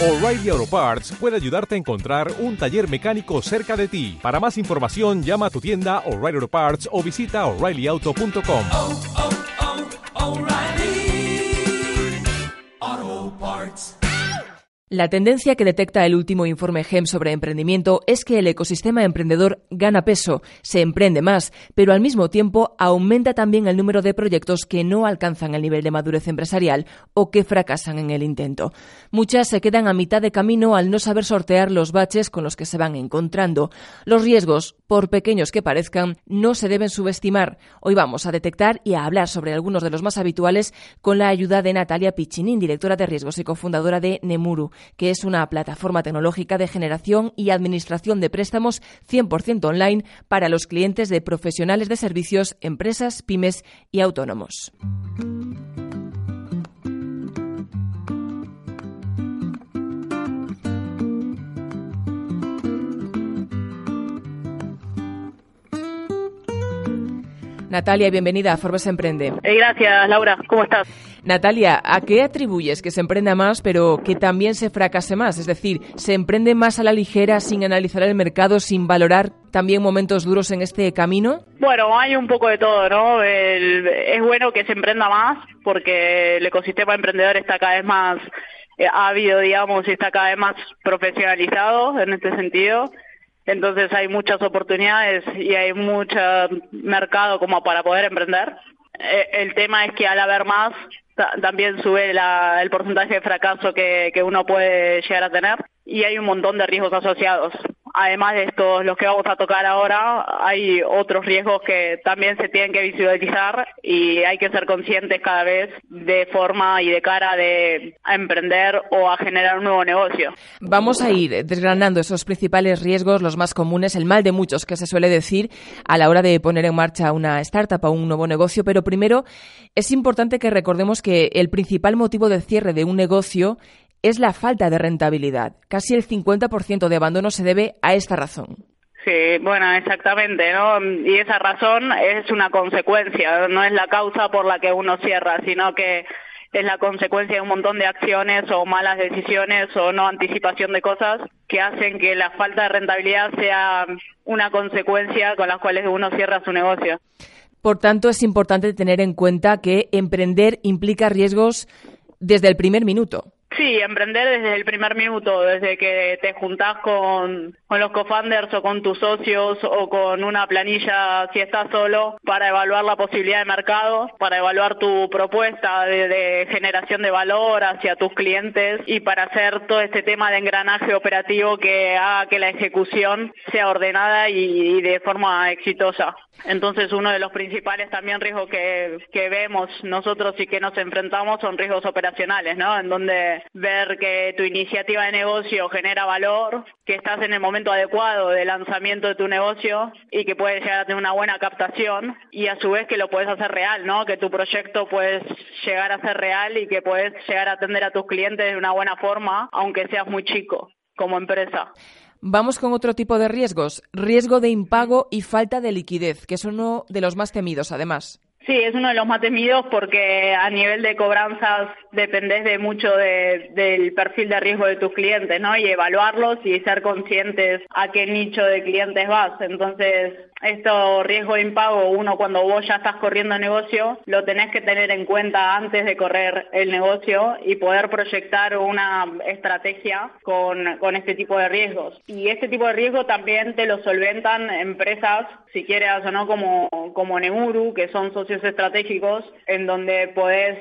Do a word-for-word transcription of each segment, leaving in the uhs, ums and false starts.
O'Reilly Auto Parts puede ayudarte a encontrar un taller mecánico cerca de ti. Para más información, llama a tu tienda O'Reilly Auto Parts o visita O'Reilly Auto punto com. Oh, oh, oh, O'Reilly Auto Parts. La tendencia que detecta el último informe G E M sobre emprendimiento es que el ecosistema emprendedor gana peso, se emprende más, pero al mismo tiempo aumenta también el número de proyectos que no alcanzan el nivel de madurez empresarial o que fracasan en el intento. Muchas se quedan a mitad de camino al no saber sortear los baches con los que se van encontrando. Los riesgos, por pequeños que parezcan, no se deben subestimar. Hoy vamos a detectar y a hablar sobre algunos de los más habituales con la ayuda de Natalia Piccinini, directora de riesgos y cofundadora de Nemuru, que es una plataforma tecnológica de generación y administración de préstamos cien por ciento online para los clientes de profesionales de servicios, empresas, pymes y autónomos. Natalia, bienvenida a Forbes Emprende. Eh, gracias, Laura. ¿Cómo estás? Natalia, ¿a qué atribuyes que se emprenda más pero que también se fracase más? Es decir, ¿se emprende más a la ligera sin analizar el mercado, sin valorar también momentos duros en este camino? Bueno, hay un poco de todo, ¿no? El, es bueno que se emprenda más porque el ecosistema emprendedor está cada vez más eh, ávido, digamos, y está cada vez más profesionalizado en este sentido. Entonces hay muchas oportunidades y hay mucho mercado como para poder emprender. Eh, el tema es que al haber más, ta- también sube la, el porcentaje de fracaso que, que uno puede llegar a tener y hay un montón de riesgos asociados. Además de estos, los que vamos a tocar ahora, hay otros riesgos que también se tienen que visualizar y hay que ser conscientes cada vez de forma y de cara de a emprender o a generar un nuevo negocio. Vamos a ir desgranando esos principales riesgos, los más comunes, el mal de muchos que se suele decir a la hora de poner en marcha una startup o un nuevo negocio, pero primero es importante que recordemos que el principal motivo de cierre de un negocio es la falta de rentabilidad. Casi el cincuenta por ciento de abandono se debe a esta razón. Sí, bueno, exactamente, ¿no? Y esa razón es una consecuencia, no es la causa por la que uno cierra, sino que es la consecuencia de un montón de acciones o malas decisiones o no anticipación de cosas que hacen que la falta de rentabilidad sea una consecuencia con las cuales uno cierra su negocio. Por tanto, es importante tener en cuenta que emprender implica riesgos desde el primer minuto. Sí, emprender desde el primer minuto, desde que te juntás con, con los co-founders o con tus socios o con una planilla si estás solo para evaluar la posibilidad de mercado, para evaluar tu propuesta de, de generación de valor hacia tus clientes y para hacer todo este tema de engranaje operativo que haga que la ejecución sea ordenada y, y de forma exitosa. Entonces uno de los principales también riesgos que, que vemos nosotros y que nos enfrentamos son riesgos operacionales, ¿no? En donde ver que tu iniciativa de negocio genera valor, que estás en el momento adecuado de lanzamiento de tu negocio y que puedes llegar a tener una buena captación y a su vez que lo puedes hacer real, ¿no? Que tu proyecto puedes llegar a ser real y que puedes llegar a atender a tus clientes de una buena forma, aunque seas muy chico como empresa. Vamos con otro tipo de riesgos, riesgo de impago y falta de liquidez, que es uno de los más temidos además. Sí, es uno de los más temidos porque a nivel de cobranzas dependés de mucho de, del perfil de riesgo de tus clientes, ¿no? Y evaluarlos y ser conscientes a qué nicho de clientes vas. Entonces, esto riesgo de impago, uno cuando vos ya estás corriendo el negocio, lo tenés que tener en cuenta antes de correr el negocio y poder proyectar una estrategia con, con este tipo de riesgos. Y este tipo de riesgo también te lo solventan empresas, si quieres o no, como, como Nemuru, que son socios estratégicos en donde podés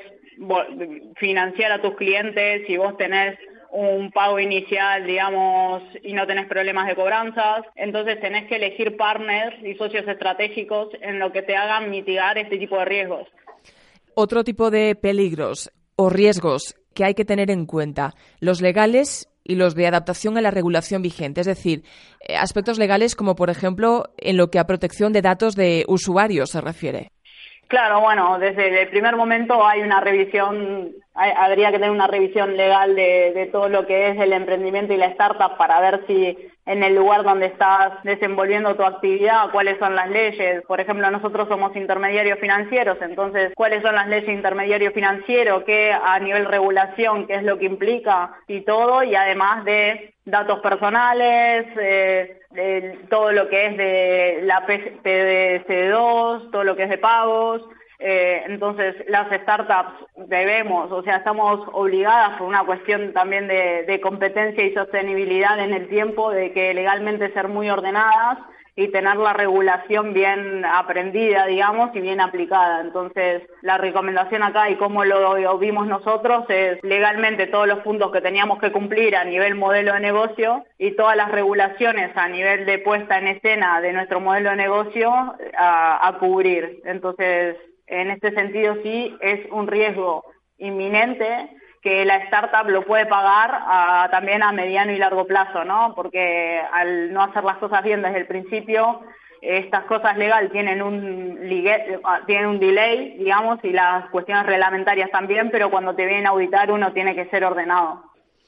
financiar a tus clientes y vos tenés un pago inicial, digamos, y no tenés problemas de cobranzas. Entonces tenés que elegir partners y socios estratégicos en lo que te hagan mitigar este tipo de riesgos. Otro tipo de peligros o riesgos que hay que tener en cuenta, los legales y los de adaptación a la regulación vigente, es decir, aspectos legales como, por ejemplo, en lo que a protección de datos de usuarios se refiere. Claro, bueno, desde el primer momento hay una revisión hay, habría que tener una revisión legal de, de todo lo que es el emprendimiento y la startup para ver si en el lugar donde estás desenvolviendo tu actividad, cuáles son las leyes. Por ejemplo, nosotros somos intermediarios financieros, entonces, ¿cuáles son las leyes de intermediario financiero? ¿Qué a nivel regulación, qué es lo que implica? Y todo, y además de datos personales, eh, de todo lo que es de la P D C dos, todo lo que es de pagos. Eh, entonces, las startups debemos, o sea, estamos obligadas por una cuestión también de, de competencia y sostenibilidad en el tiempo, de que legalmente ser muy ordenadas y tener la regulación bien aprendida, digamos, y bien aplicada. Entonces, la recomendación acá y cómo lo vimos nosotros es legalmente todos los puntos que teníamos que cumplir a nivel modelo de negocio y todas las regulaciones a nivel de puesta en escena de nuestro modelo de negocio a, a cubrir. Entonces, en este sentido sí es un riesgo inminente que la startup lo puede pagar a, también a mediano y largo plazo, ¿no? Porque al no hacer las cosas bien desde el principio, estas cosas legales tienen un, tienen un delay, digamos, y las cuestiones reglamentarias también, pero cuando te vienen a auditar uno tiene que ser ordenado.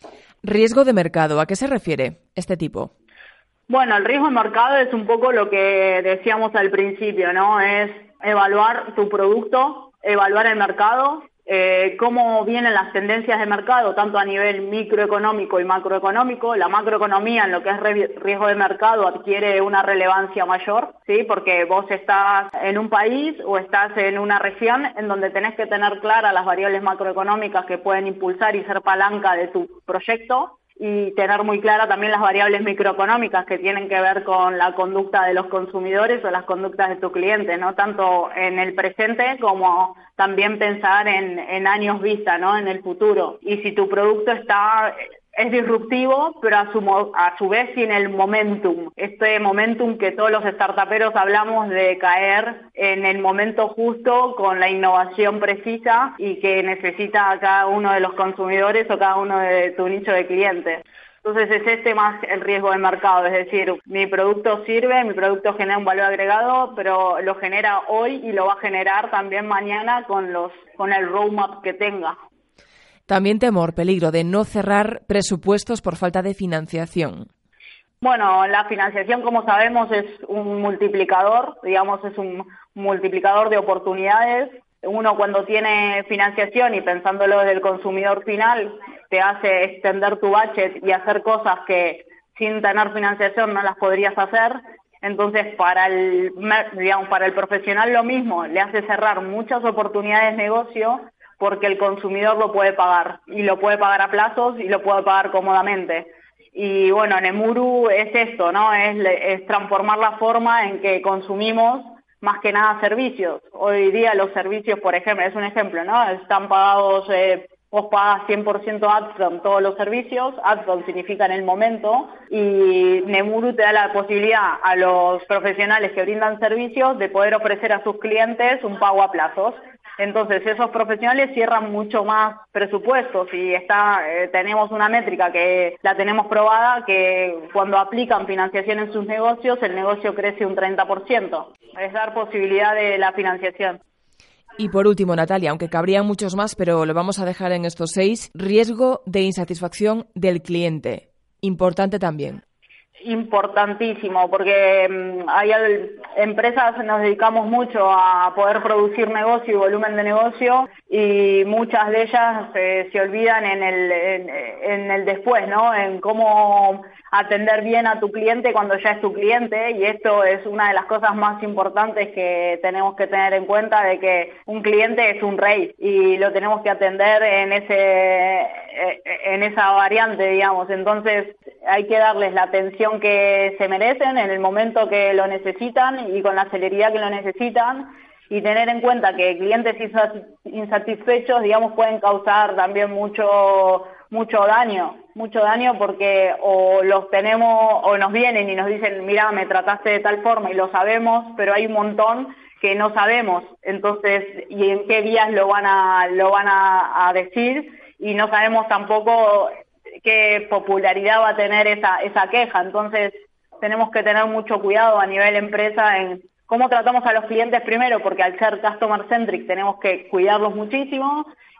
Riesgo de mercado, ¿a qué se refiere este tipo? Bueno, el riesgo de mercado es un poco lo que decíamos al principio, ¿no? Es evaluar tu producto, evaluar el mercado, eh, cómo vienen las tendencias de mercado, tanto a nivel microeconómico y macroeconómico. La macroeconomía en lo que es riesgo de mercado adquiere una relevancia mayor, ¿sí? Porque vos estás en un país o estás en una región en donde tenés que tener claras las variables macroeconómicas que pueden impulsar y ser palanca de tu proyecto, y tener muy clara también las variables microeconómicas que tienen que ver con la conducta de los consumidores o las conductas de tu cliente, ¿no? Tanto en el presente como también pensar en, en años vista, ¿no? En el futuro. Y si tu producto está es disruptivo, pero a su, a su vez tiene el momentum. Este momentum que todos los startuperos hablamos de caer en el momento justo con la innovación precisa y que necesita cada uno de los consumidores o cada uno de tu nicho de clientes. Entonces es este más el riesgo de mercado, es decir, mi producto sirve, mi producto genera un valor agregado, pero lo genera hoy y lo va a generar también mañana con los con el roadmap que tenga. También temor, peligro de no cerrar presupuestos por falta de financiación. Bueno, la financiación, como sabemos, es un multiplicador, digamos, es un multiplicador de oportunidades. Uno cuando tiene financiación y pensándolo desde el consumidor final, te hace extender tu budget y hacer cosas que sin tener financiación no las podrías hacer. Entonces, para el, digamos, para el profesional lo mismo, le hace cerrar muchas oportunidades de negocio, porque el consumidor lo puede pagar, y lo puede pagar a plazos y lo puede pagar cómodamente. Y bueno, Nemuru es esto, ¿no? Es, es transformar la forma en que consumimos más que nada servicios. Hoy día los servicios, por ejemplo, es un ejemplo, ¿no? Están pagados, eh, vos pagas cien por ciento upfront todos los servicios, upfront significa en el momento, y Nemuru te da la posibilidad a los profesionales que brindan servicios de poder ofrecer a sus clientes un pago a plazos. Entonces esos profesionales cierran mucho más presupuestos y está eh, tenemos una métrica que la tenemos probada, que cuando aplican financiación en sus negocios, el negocio crece un treinta por ciento. Es dar posibilidad de la financiación. Y por último, Natalia, aunque cabrían muchos más, pero lo vamos a dejar en estos seis, riesgo de insatisfacción del cliente. Importante también. Importantísimo, porque um, hay empresas, nos dedicamos mucho a poder producir negocio y volumen de negocio, y muchas de ellas eh, se olvidan en el en, en el después, ¿no? En cómo atender bien a tu cliente cuando ya es tu cliente, y esto es una de las cosas más importantes que tenemos que tener en cuenta, de que un cliente es un rey y lo tenemos que atender en ese en esa variante, digamos. Entonces hay que darles la atención que se merecen en el momento que lo necesitan y con la celeridad que lo necesitan, y tener en cuenta que clientes insatisfechos, digamos, pueden causar también mucho mucho daño, mucho daño porque o los tenemos o nos vienen y nos dicen, mira, me trataste de tal forma, y lo sabemos, pero hay un montón que no sabemos, entonces, y en qué vías lo van a lo van a, a decir, y no sabemos tampoco qué popularidad va a tener esa esa queja. Entonces tenemos que tener mucho cuidado a nivel empresa en cómo tratamos a los clientes primero, porque al ser customer centric tenemos que cuidarlos muchísimo,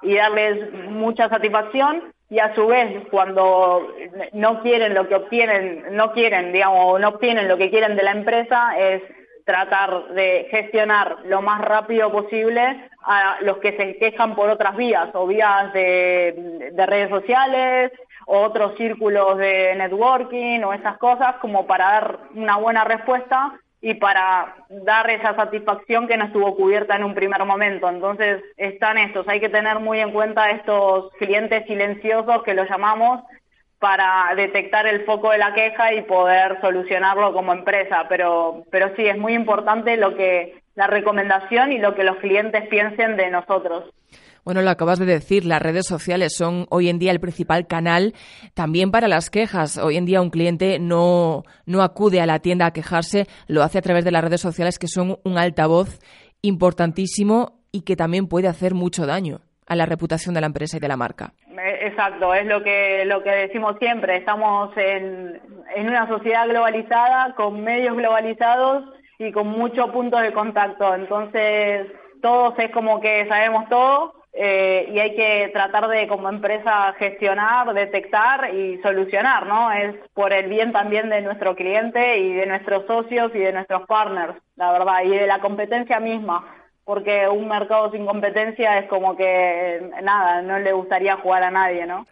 y darles mucha satisfacción, y a su vez cuando no quieren lo que obtienen, no quieren, digamos, no obtienen lo que quieren de la empresa, es tratar de gestionar lo más rápido posible a los que se quejan por otras vías, o vías de, de redes sociales, o otros círculos de networking, o esas cosas, como para dar una buena respuesta y para dar esa satisfacción que no estuvo cubierta en un primer momento. Entonces están estos, hay que tener muy en cuenta estos clientes silenciosos que los llamamos, para detectar el foco de la queja y poder solucionarlo como empresa, pero pero sí, es muy importante lo que la recomendación y lo que los clientes piensen de nosotros. Bueno, lo acabas de decir, las redes sociales son hoy en día el principal canal también para las quejas. Hoy en día un cliente no, no acude a la tienda a quejarse, lo hace a través de las redes sociales, que son un altavoz importantísimo y que también puede hacer mucho daño a la reputación de la empresa y de la marca. Exacto, es lo que lo que decimos siempre, estamos en, en una sociedad globalizada, con medios globalizados y con muchos puntos de contacto, entonces todos es como que sabemos todo eh, y hay que tratar de como empresa gestionar, detectar y solucionar, ¿no? Es por el bien también de nuestro cliente y de nuestros socios y de nuestros partners, la verdad, y de la competencia misma. Porque un mercado sin competencia es como que, nada, no le gustaría jugar a nadie, ¿no?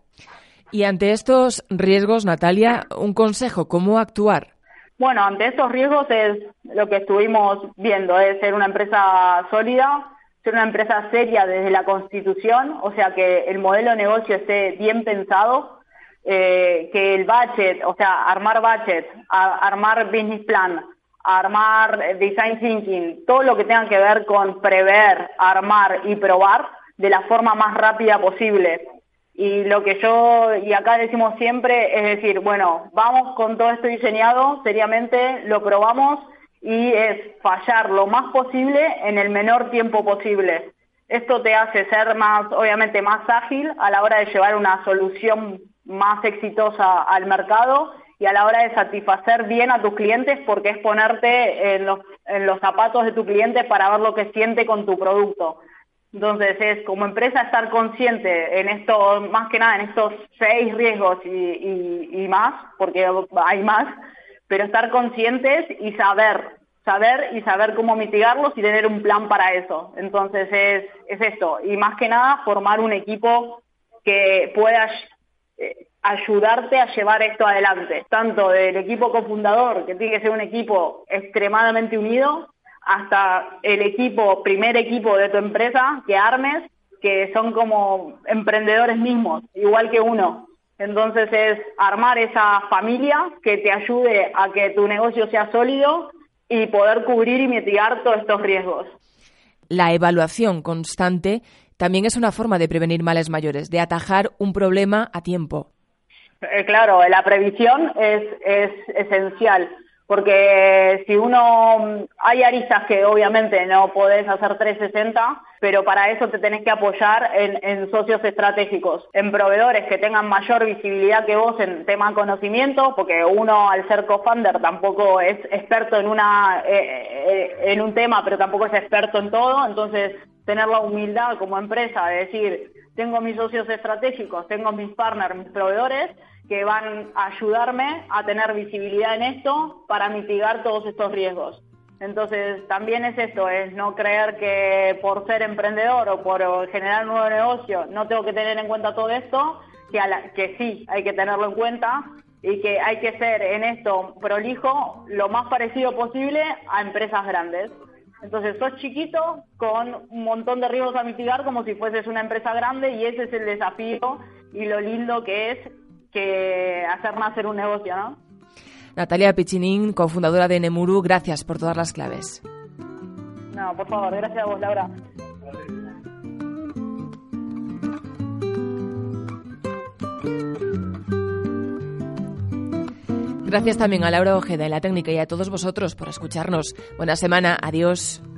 Y ante estos riesgos, Natalia, un consejo, ¿cómo actuar? Bueno, ante estos riesgos es lo que estuvimos viendo, es ser una empresa sólida, ser una empresa seria desde la Constitución, o sea, que el modelo de negocio esté bien pensado, eh, que el budget, o sea, armar budget, a, armar business plan, armar design thinking, todo lo que tenga que ver con prever, armar y probar de la forma más rápida posible. Y lo que yo, y acá decimos siempre, es decir, bueno, vamos con todo esto diseñado, seriamente, lo probamos y es fallar lo más posible en el menor tiempo posible. Esto te hace ser más, obviamente, más ágil a la hora de llevar una solución más exitosa al mercado y a la hora de satisfacer bien a tus clientes, porque es ponerte en los, en los zapatos de tu cliente para ver lo que siente con tu producto. Entonces es como empresa estar consciente en esto, más que nada en estos seis riesgos y, y, y más, porque hay más, pero estar conscientes y saber, saber y saber cómo mitigarlos y tener un plan para eso. Entonces es, es esto, y más que nada formar un equipo que pueda eh, ayudarte a llevar esto adelante, tanto del equipo cofundador, que tiene que ser un equipo extremadamente unido, hasta el equipo, primer equipo de tu empresa que armes, que son como emprendedores mismos, igual que uno. Entonces es armar esa familia que te ayude a que tu negocio sea sólido y poder cubrir y mitigar todos estos riesgos. La evaluación constante también es una forma de prevenir males mayores, de atajar un problema a tiempo. Eh, claro, la previsión es, es esencial, porque si uno, hay aristas que obviamente no podés hacer trescientos sesenta, pero para eso te tenés que apoyar en, en socios estratégicos, en proveedores que tengan mayor visibilidad que vos en tema de conocimiento, porque uno al ser co-founder tampoco es experto en una eh, eh, en un tema, pero tampoco es experto en todo, entonces tener la humildad como empresa de decir, tengo mis socios estratégicos, tengo mis partners, mis proveedores, que van a ayudarme a tener visibilidad en esto para mitigar todos estos riesgos. Entonces, también es esto, es no creer que por ser emprendedor o por generar un nuevo negocio no tengo que tener en cuenta todo esto, que, a la, que sí hay que tenerlo en cuenta y que hay que ser en esto prolijo lo más parecido posible a empresas grandes. Entonces, sos chiquito con un montón de riesgos a mitigar como si fueses una empresa grande, y ese es el desafío y lo lindo que es que hacer nacer un negocio, ¿no? Natalia Piccinini, cofundadora de Nemuru, gracias por todas las claves. No, por favor, gracias a vos, Laura. Gracias también a Laura Ojeda en la técnica y a todos vosotros por escucharnos. Buena semana, adiós.